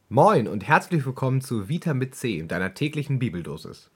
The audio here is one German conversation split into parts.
Moin und herzlich willkommen zu Vita mit C, deiner täglichen Bibeldosis.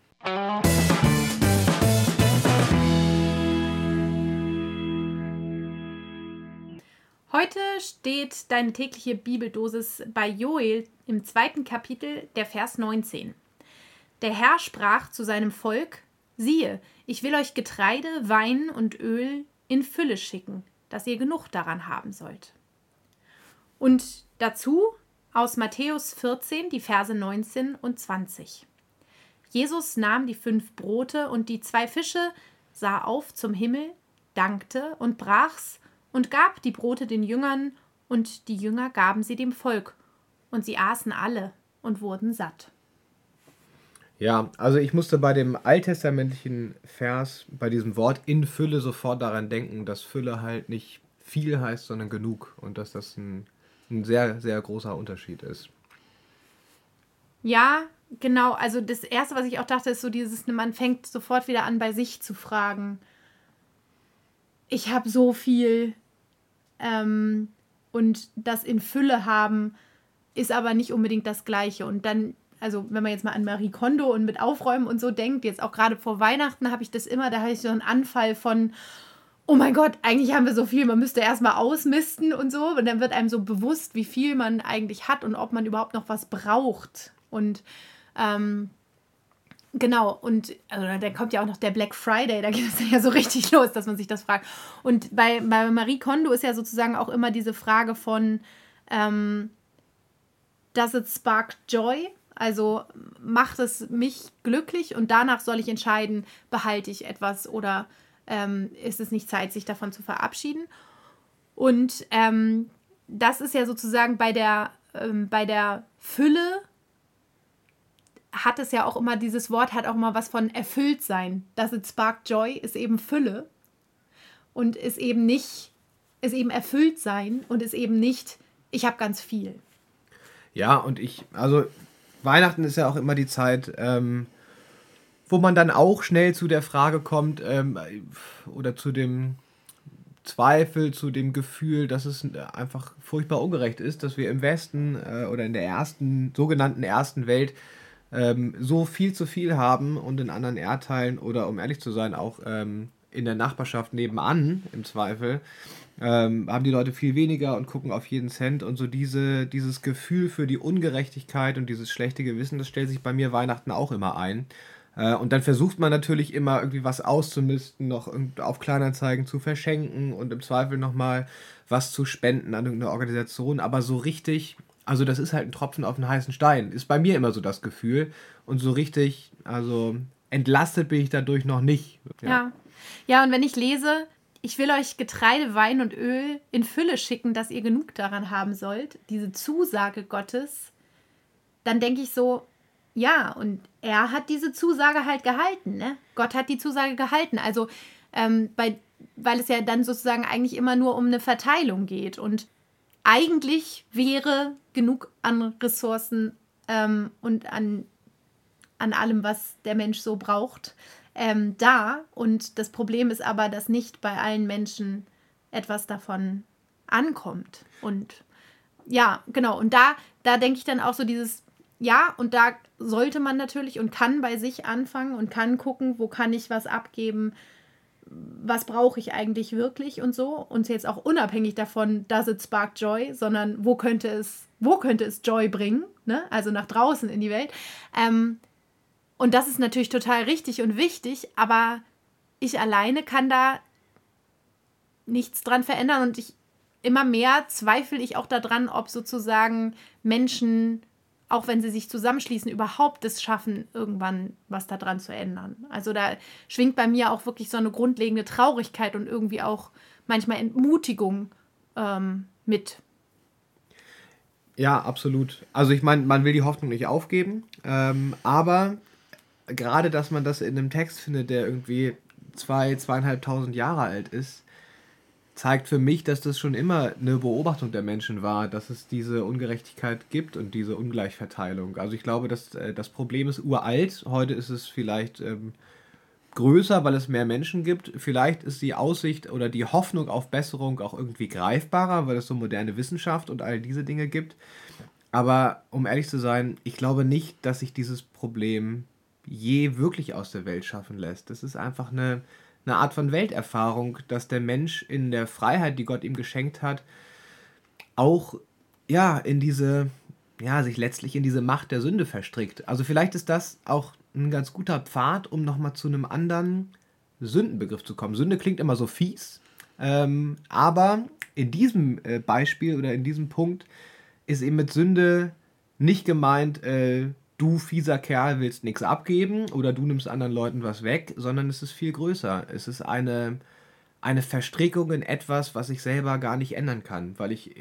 Heute steht deine tägliche Bibeldosis bei Joel im 2. Kapitel, der Vers 19. Der Herr sprach zu seinem Volk: Siehe, ich will euch Getreide, Wein und Öl in Fülle schicken, dass ihr genug daran haben sollt. Und dazu aus Matthäus 14, die Verse 19 und 20. Jesus nahm die 5 Brote und die 2 Fische, sah auf zum Himmel, dankte und brach's und gab die Brote den Jüngern, und die Jünger gaben sie dem Volk, und sie aßen alle und wurden satt. Ja, also ich musste bei dem alttestamentlichen Vers, bei diesem Wort in Fülle sofort daran denken, dass Fülle halt nicht viel heißt, sondern genug und dass das ein sehr, sehr großer Unterschied ist. Ja, genau, also das Erste, was ich auch dachte, ist so dieses, man fängt sofort wieder an, bei sich zu fragen. Ich habe so viel und das in Fülle haben ist aber nicht unbedingt das Gleiche. Und dann, also wenn man jetzt mal an Marie Kondo und mit Aufräumen und so denkt, jetzt auch gerade vor Weihnachten habe ich das immer, da habe ich so einen Anfall von, oh mein Gott, eigentlich haben wir so viel, man müsste erstmal ausmisten und so. Und dann wird einem so bewusst, wie viel man eigentlich hat und ob man überhaupt noch was braucht. Und genau, und also, dann kommt ja auch noch der Black Friday, da geht es ja so richtig los, dass man sich das fragt. Und bei Marie Kondo ist ja sozusagen auch immer diese Frage von, does it spark joy? Also macht es mich glücklich und danach soll ich entscheiden, behalte ich etwas oder ist es nicht Zeit, sich davon zu verabschieden? Und das ist ja sozusagen bei der Fülle hat es ja auch immer, dieses Wort hat auch immer was von erfüllt sein. Does it spark joy ist eben Fülle und ist eben nicht, ist eben erfüllt sein und ist eben nicht, ich habe ganz viel. Ja, und also Weihnachten ist ja auch immer die Zeit, wo man dann auch schnell zu der Frage kommt, oder zu dem Zweifel, zu dem Gefühl, dass es einfach furchtbar ungerecht ist, dass wir im Westen oder in der sogenannten ersten Welt so viel zu viel haben und in anderen Erdteilen oder um ehrlich zu sein, auch in der Nachbarschaft nebenan im Zweifel, haben die Leute viel weniger und gucken auf jeden Cent und so dieses Gefühl für die Ungerechtigkeit und dieses schlechte Gewissen, das stellt sich bei mir Weihnachten auch immer ein. Und dann versucht man natürlich immer irgendwie was auszumisten, noch auf Kleinanzeigen zu verschenken und im Zweifel nochmal was zu spenden an irgendeine Organisation. Aber so richtig, also das ist halt ein Tropfen auf einen heißen Stein, ist bei mir immer so das Gefühl. Und so richtig, also entlastet bin ich dadurch noch nicht. Ja. Ja, und wenn ich lese, ich will euch Getreide, Wein und Öl in Fülle schicken, dass ihr genug daran haben sollt, diese Zusage Gottes, dann denke ich so, ja, und er hat diese Zusage halt gehalten, ne? Gott hat die Zusage gehalten. Also, weil es ja dann sozusagen eigentlich immer nur um eine Verteilung geht. Und eigentlich wäre genug an Ressourcen und an allem, was der Mensch so braucht, da. Und das Problem ist aber, dass nicht bei allen Menschen etwas davon ankommt. Und ja, genau. Und da denke ich dann auch so dieses, ja, und da sollte man natürlich und kann bei sich anfangen und kann gucken, wo kann ich was abgeben, was brauche ich eigentlich wirklich und so. Und jetzt auch unabhängig davon, does it spark joy, sondern wo könnte es Joy bringen, ne? Also nach draußen in die Welt. Und das ist natürlich total richtig und wichtig, aber ich alleine kann da nichts dran verändern und immer mehr zweifle ich auch daran, ob sozusagen Menschen, auch wenn sie sich zusammenschließen, überhaupt es schaffen, irgendwann was daran zu ändern. Also da schwingt bei mir auch wirklich so eine grundlegende Traurigkeit und irgendwie auch manchmal Entmutigung mit. Ja, absolut. Also ich meine, man will die Hoffnung nicht aufgeben, aber gerade, dass man das in einem Text findet, der irgendwie 2.500 Jahre alt ist, zeigt für mich, dass das schon immer eine Beobachtung der Menschen war, dass es diese Ungerechtigkeit gibt und diese Ungleichverteilung. Also ich glaube, dass das Problem ist uralt. Heute ist es vielleicht größer, weil es mehr Menschen gibt. Vielleicht ist die Aussicht oder die Hoffnung auf Besserung auch irgendwie greifbarer, weil es so moderne Wissenschaft und all diese Dinge gibt. Aber um ehrlich zu sein, ich glaube nicht, dass sich dieses Problem je wirklich aus der Welt schaffen lässt. Das ist einfach eine Art von Welterfahrung, dass der Mensch in der Freiheit, die Gott ihm geschenkt hat, auch ja in diese, ja, sich letztlich in diese Macht der Sünde verstrickt. Also vielleicht ist das auch ein ganz guter Pfad, um nochmal zu einem anderen Sündenbegriff zu kommen. Sünde klingt immer so fies, aber in diesem Beispiel oder in diesem Punkt ist eben mit Sünde nicht gemeint, du fieser Kerl willst nichts abgeben oder du nimmst anderen Leuten was weg, sondern es ist viel größer. Es ist eine Verstrickung in etwas, was ich selber gar nicht ändern kann, weil ich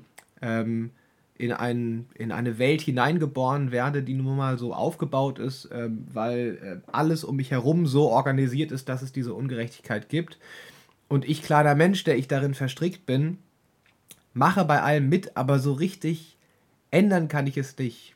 in eine Welt hineingeboren werde, die nun mal so aufgebaut ist, weil alles um mich herum so organisiert ist, dass es diese Ungerechtigkeit gibt. Und ich, kleiner Mensch, der ich darin verstrickt bin, mache bei allem mit, aber so richtig ändern kann ich es nicht.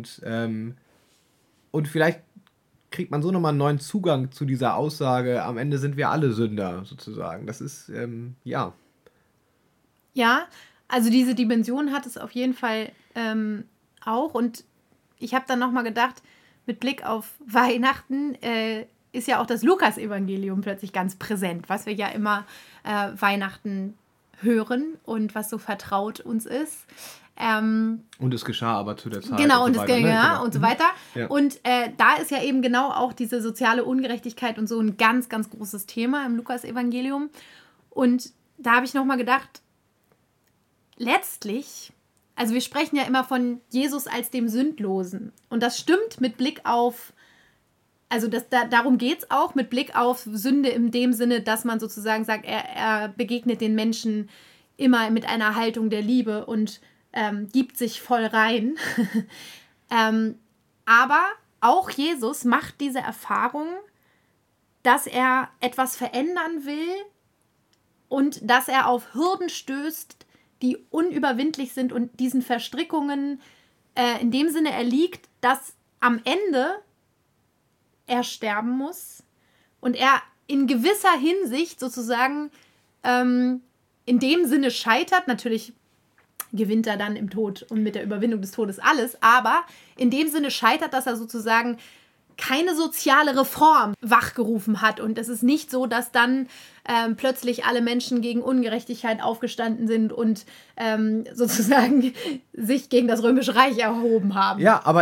Und vielleicht kriegt man so nochmal einen neuen Zugang zu dieser Aussage, am Ende sind wir alle Sünder, sozusagen. Das ist, ja. Ja, also diese Dimension hat es auf jeden Fall auch. Und ich habe dann nochmal gedacht, mit Blick auf Weihnachten ist ja auch das Lukas-Evangelium plötzlich ganz präsent, was wir ja immer Weihnachten hören und was so vertraut uns ist. Und es geschah aber zu der Zeit. Genau, und und so es weiter, ging, ne? ja, Genau. und so weiter. Ja. Und da ist ja eben genau auch diese soziale Ungerechtigkeit und so ein ganz, ganz großes Thema im Lukas-Evangelium. Und da habe ich nochmal gedacht, letztlich, also wir sprechen ja immer von Jesus als dem Sündlosen. Und das stimmt mit Blick auf, also darum geht es auch, mit Blick auf Sünde in dem Sinne, dass man sozusagen sagt, er begegnet den Menschen immer mit einer Haltung der Liebe und gibt sich voll rein. Aber auch Jesus macht diese Erfahrung, dass er etwas verändern will und dass er auf Hürden stößt, die unüberwindlich sind und diesen Verstrickungen in dem Sinne erliegt, dass am Ende er sterben muss und er in gewisser Hinsicht sozusagen in dem Sinne scheitert. Natürlich gewinnt er dann im Tod und mit der Überwindung des Todes alles, aber in dem Sinne scheitert, dass er sozusagen keine soziale Reform wachgerufen hat. Und es ist nicht so, dass dann plötzlich alle Menschen gegen Ungerechtigkeit aufgestanden sind und sozusagen sich gegen das Römische Reich erhoben haben. Ja, aber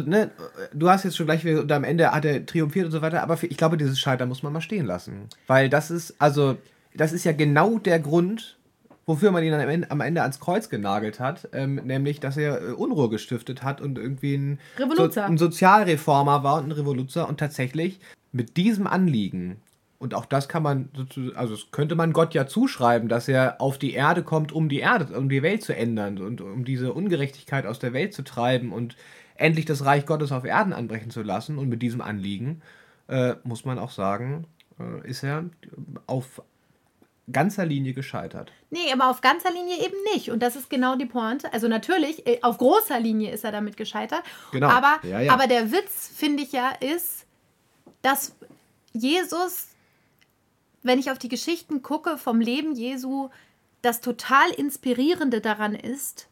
du hast jetzt schon gleich wieder, und am Ende hat er triumphiert und so weiter, aber ich glaube, dieses Scheitern muss man mal stehen lassen. Weil das ist ja genau der Grund, wofür man ihn dann am Ende ans Kreuz genagelt hat, nämlich, dass er Unruhe gestiftet hat und irgendwie ein Sozialreformer war und ein Revoluzer und tatsächlich mit diesem Anliegen, und auch das kann man, also das könnte man Gott ja zuschreiben, dass er auf die Erde kommt, um die Welt zu ändern und um diese Ungerechtigkeit aus der Welt zu treiben und endlich das Reich Gottes auf Erden anbrechen zu lassen. Und mit diesem Anliegen, muss man auch sagen, ist er auf ganzer Linie gescheitert. Nee, aber auf ganzer Linie eben nicht. Und das ist genau die Pointe. Also natürlich, auf großer Linie ist er damit gescheitert. Genau. Aber, Ja. aber der Witz, finde ich ja, ist, dass Jesus, wenn ich auf die Geschichten gucke vom Leben Jesu, das total Inspirierende daran ist,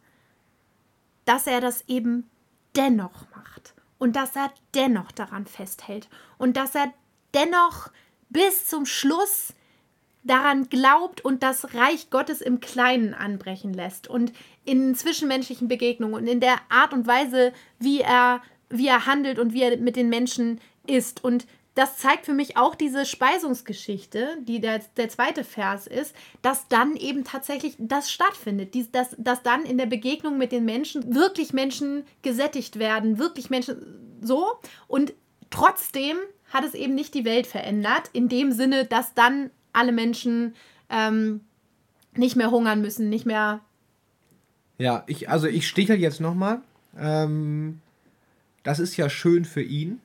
dass er das eben dennoch macht. Und dass er dennoch daran festhält. Und dass er dennoch bis zum Schluss daran glaubt und das Reich Gottes im Kleinen anbrechen lässt und in zwischenmenschlichen Begegnungen und in der Art und Weise, wie er handelt und wie er mit den Menschen ist. Und das zeigt für mich auch diese Speisungsgeschichte, die der zweite Vers ist, dass dann eben tatsächlich das stattfindet, dass dann in der Begegnung mit den Menschen wirklich Menschen gesättigt werden, wirklich Menschen so. Und trotzdem hat es eben nicht die Welt verändert, in dem Sinne, dass dann alle Menschen nicht mehr hungern müssen, nicht mehr... Ja, ich stichle jetzt nochmal. Das ist ja schön für ihn.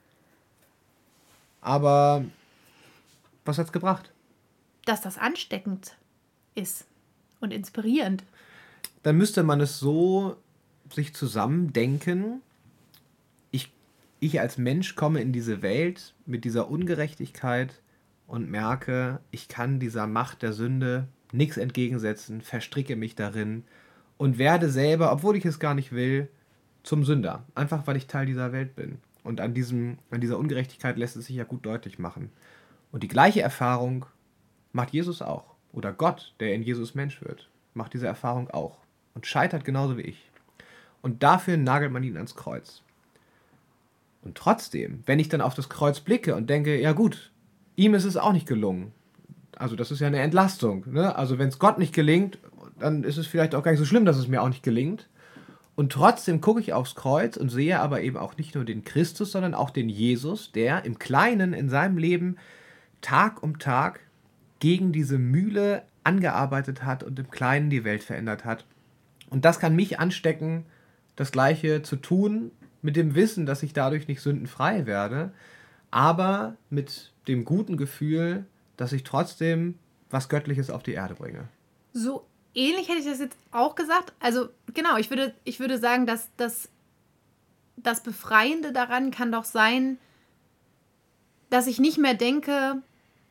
Aber was hat's gebracht? Dass das ansteckend ist und inspirierend. Dann müsste man es so sich zusammendenken. Ich als Mensch komme in diese Welt mit dieser Ungerechtigkeit und merke, ich kann dieser Macht der Sünde nichts entgegensetzen, verstricke mich darin und werde selber, obwohl ich es gar nicht will, zum Sünder. Einfach, weil ich Teil dieser Welt bin. Und an dieser Ungerechtigkeit lässt es sich ja gut deutlich machen. Und die gleiche Erfahrung macht Jesus auch. Oder Gott, der in Jesus Mensch wird, macht diese Erfahrung auch. Und scheitert genauso wie ich. Und dafür nagelt man ihn ans Kreuz. Und trotzdem, wenn ich dann auf das Kreuz blicke und denke, ja gut, ihm ist es auch nicht gelungen. Also das ist ja eine Entlastung. Ne? Also wenn es Gott nicht gelingt, dann ist es vielleicht auch gar nicht so schlimm, dass es mir auch nicht gelingt. Und trotzdem gucke ich aufs Kreuz und sehe aber eben auch nicht nur den Christus, sondern auch den Jesus, der im Kleinen in seinem Leben Tag um Tag gegen diese Mühle angearbeitet hat und im Kleinen die Welt verändert hat. Und das kann mich anstecken, das Gleiche zu tun, mit dem Wissen, dass ich dadurch nicht sündenfrei werde, aber mit dem guten Gefühl, dass ich trotzdem was Göttliches auf die Erde bringe. So ähnlich hätte ich das jetzt auch gesagt. Also genau, ich würde sagen, dass das Befreiende daran kann doch sein, dass ich nicht mehr denke,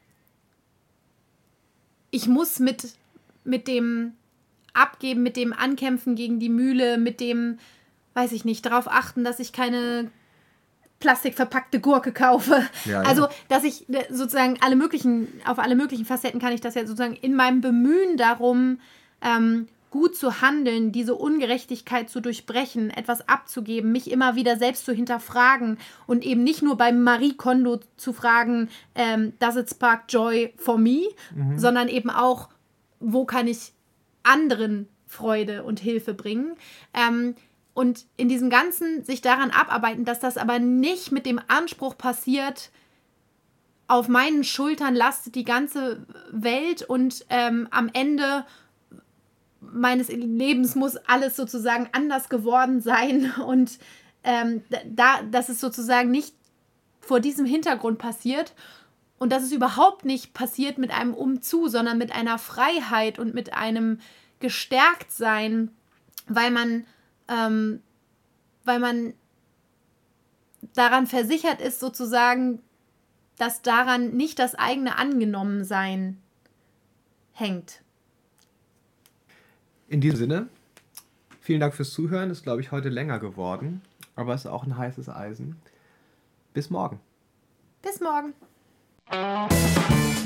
ich muss mit dem Abgeben, mit dem Ankämpfen gegen die Mühle, mit dem, weiß ich nicht, darauf achten, dass ich keine plastikverpackte Gurke kaufe. Ja, also, dass ich sozusagen auf alle möglichen Facetten kann ich das ja sozusagen in meinem Bemühen darum, gut zu handeln, diese Ungerechtigkeit zu durchbrechen, etwas abzugeben, mich immer wieder selbst zu hinterfragen und eben nicht nur bei Marie Kondo zu fragen, does it spark joy for me, sondern eben auch, wo kann ich anderen Freude und Hilfe bringen. Und in diesem Ganzen sich daran abarbeiten, dass das aber nicht mit dem Anspruch passiert, auf meinen Schultern lastet die ganze Welt und am Ende meines Lebens muss alles sozusagen anders geworden sein und dass es sozusagen nicht vor diesem Hintergrund passiert und dass es überhaupt nicht passiert mit einem Umzu, sondern mit einer Freiheit und mit einem Gestärktsein, weil man daran versichert ist sozusagen, dass daran nicht das eigene Angenommensein hängt. In diesem Sinne, vielen Dank fürs Zuhören. Ist, glaube ich, heute länger geworden, aber es ist auch ein heißes Eisen. Bis morgen. Bis morgen.